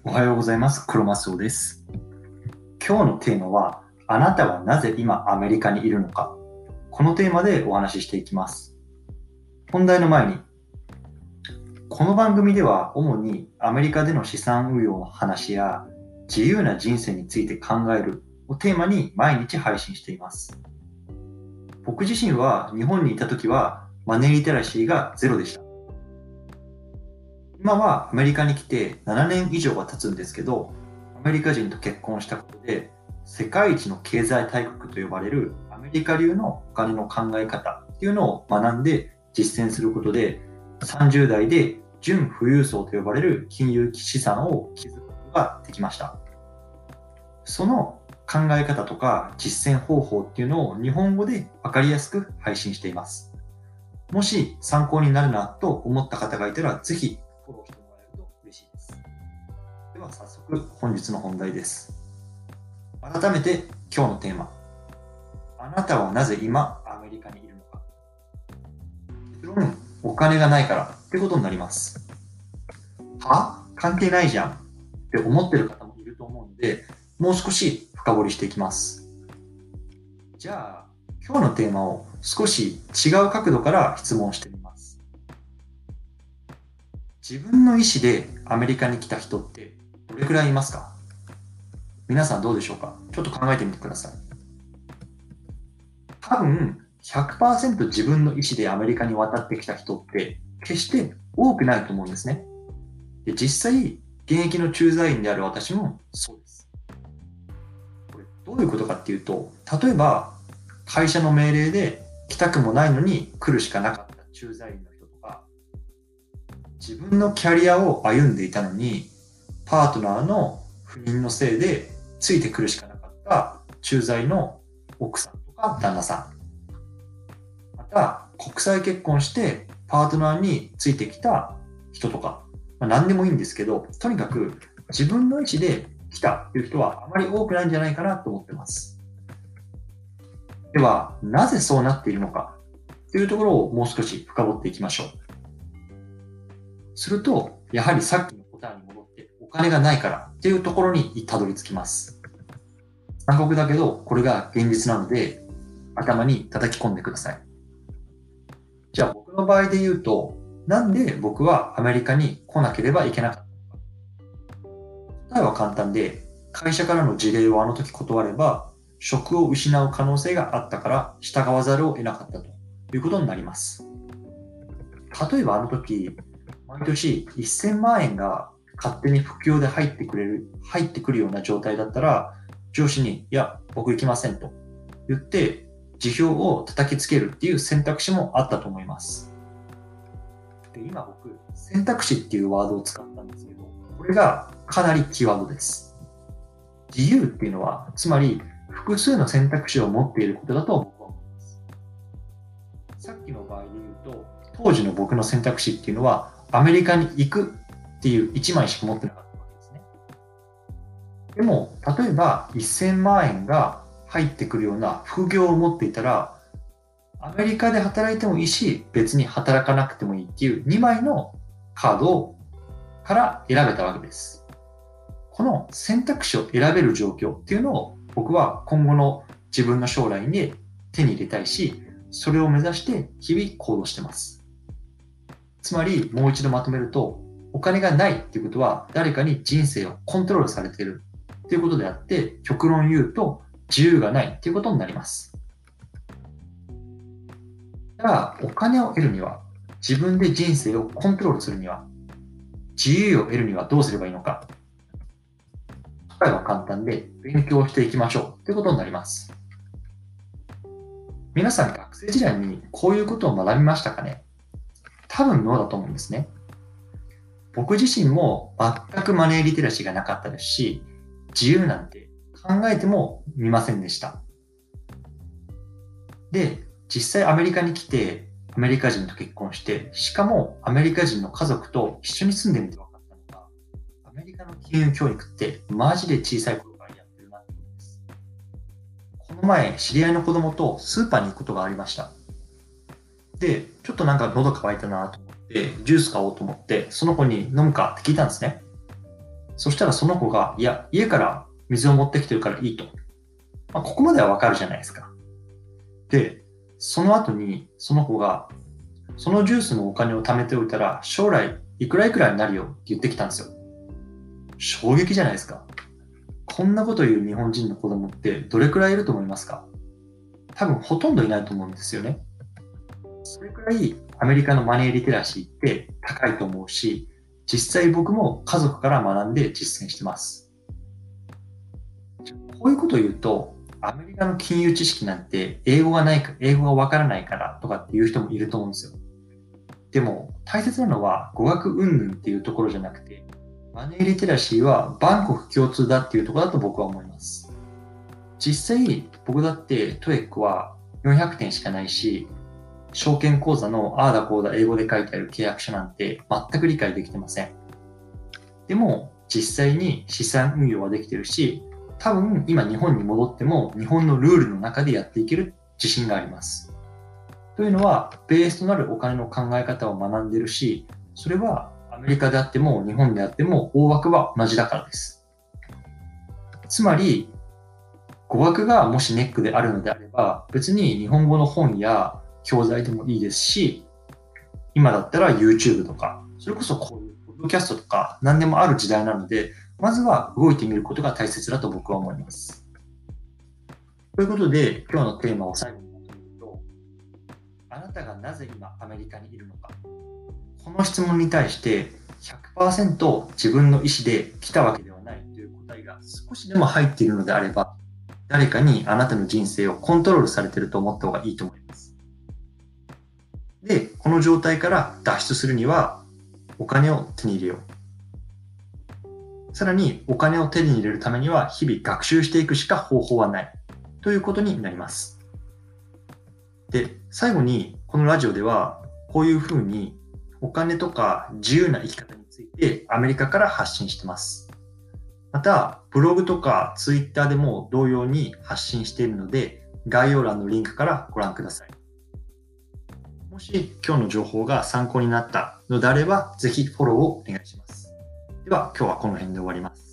おはようございます。クロマスオです。今日のテーマは、あなたはなぜ今アメリカにいるのか。このテーマでお話ししていきます。本題の前に、この番組では主にアメリカでの資産運用の話や自由な人生について考えるをテーマに毎日配信しています。僕自身は日本にいた時はマネーリテラシーがゼロでした。今はアメリカに来て7年以上が経つんですけど、アメリカ人と結婚したことで、世界一の経済大国と呼ばれるアメリカ流のお金の考え方っていうのを学んで実践することで、30代で純富裕層と呼ばれる金融資産を築くことができました。その考え方とか実践方法っていうのを日本語で分かりやすく配信しています。もし参考になるなと思った方がいたら、ぜひフォローしてもらえると嬉しいです。では早速本日の本題です。改めて今日のテーマ。あなたはなぜ今アメリカにいるのか。結論、お金がないからってことになります。関係ないじゃんって思ってる方もいると思うので、もう少し深掘りしていきます。じゃあ、今日のテーマを少し違う角度から質問してみます。自分の意思でアメリカに来た人ってどれくらいいますか？皆さんどうでしょうか？ちょっと考えてみてください。多分 100% 自分の意思でアメリカに渡ってきた人って決して多くないと思うんですね。で、実際、現役の駐在員である私もそうです。これどういうことかっていうと、例えば会社の命令で来たくもないのに来るしかなかった駐在員の人とか、自分のキャリアを歩んでいたのにパートナーの不妊のせいでついてくるしかなかった駐在の奥さんとか旦那さん、また国際結婚してパートナーについてきた人とか、何でもいいんですけど、とにかく自分の意思で来たという人はあまり多くないんじゃないかなと思ってます。では、なぜそうなっているのかというところをもう少し深掘っていきましょう。すると、やはりさっきの答えに戻ってお金がないからっていうところにたどり着きます。残酷だけど、これが現実なので、頭に叩き込んでください。じゃあ僕の場合で言うと、なんで僕はアメリカに来なければいけなかったのか。答えは簡単で、会社からの事例をあの時断れば、職を失う可能性があったから従わざるを得なかったということになります。例えばあの時、毎年1000万円が勝手に副業で入ってくるような状態だったら、上司に、いや、僕行きませんと言って、辞表を叩きつけるっていう選択肢もあったと思います。で、今僕、選択肢っていうワードを使ったんですけど、これがかなりキーワードです。自由っていうのは、つまり複数の選択肢を持っていることだと僕は思います。さっきの場合で言うと、当時の僕の選択肢っていうのは、アメリカに行くっていう1枚しか持ってなかったわけですね。でも、例えば1000万円が入ってくるような副業を持っていたら、アメリカで働いてもいいし、別に働かなくてもいいっていう2枚のカードから選べたわけです。この選択肢を選べる状況っていうのを僕は今後の自分の将来に手に入れたいし、それを目指して日々行動してます。つまりもう一度まとめると、お金がないっていうことは誰かに人生をコントロールされているっていうことであって、極論言うと自由がないっていうことになります。じゃあお金を得るには、自分で人生をコントロールするには、自由を得るにはどうすればいいのか。答えは簡単で、勉強していきましょうということになります。皆さん学生時代にこういうことを学びましたかね？多分ノーだと思うんですね。僕自身も全くマネーリテラシーがなかったですし、自由なんて考えてもみませんでした。で、実際アメリカに来て、アメリカ人と結婚して、しかもアメリカ人の家族と一緒に住んでみて分かったのが、アメリカの金融教育ってマジで小さい頃からやってるなってことです。この前、知り合いの子供とスーパーに行くことがありました。で、ちょっとなんか喉乾いたなと思って、ジュース買おうと思って、その子に飲むかって聞いたんですね。 そしたらその子が、いや、家から水を持ってきてるからいいと。ここまではわかるじゃないですか。で、その後にその子が、そのジュースのお金を貯めておいたら、将来いくらいくらになるよって言ってきたんですよ。衝撃じゃないですか。こんなこと言う日本人の子供ってどれくらいいると思いますか？多分ほとんどいないと思うんですよね。それくらいアメリカのマネーリテラシーって高いと思うし、実際僕も家族から学んで実践してます。こういうことを言うと、アメリカの金融知識なんて英語がないか、英語がわからないからとかっていう人もいると思うんですよ。でも大切なのは語学云々っていうところじゃなくて、マネーリテラシーは万国共通だっていうところだと僕は思います。実際僕だってトエックは400点しかないし、証券口座のああだこうだ英語で書いてある契約書なんて全く理解できてません。でも実際に資産運用はできてるし、多分今日本に戻っても日本のルールの中でやっていける自信があります。というのはベースとなるお金の考え方を学んでるし、それはアメリカであっても日本であっても大枠は同じだからです。つまり語学がもしネックであるのであれば、別に日本語の本や教材でもいいですし、今だったら YouTube とか、それこそこういうポッドキャストとか何でもある時代なので、まずは動いてみることが大切だと僕は思います。ということで、今日のテーマを最後にまとめると、あなたがなぜ今アメリカにいるのか。この質問に対して100% 自分の意思で来たわけではないという答えが少しでも入っているのであれば、誰かにあなたの人生をコントロールされていると思った方がいいと思います。で、この状態から脱出するには、お金を手に入れよう。さらに、お金を手に入れるためには、日々学習していくしか方法はない。ということになります。で、最後に、このラジオでは、こういうふうに、お金とか自由な生き方についてアメリカから発信してます。また、ブログとかツイッターでも同様に発信しているので、概要欄のリンクからご覧ください。もし今日の情報が参考になったのであれば、ぜひフォローをお願いします。では、今日はこの辺で終わります。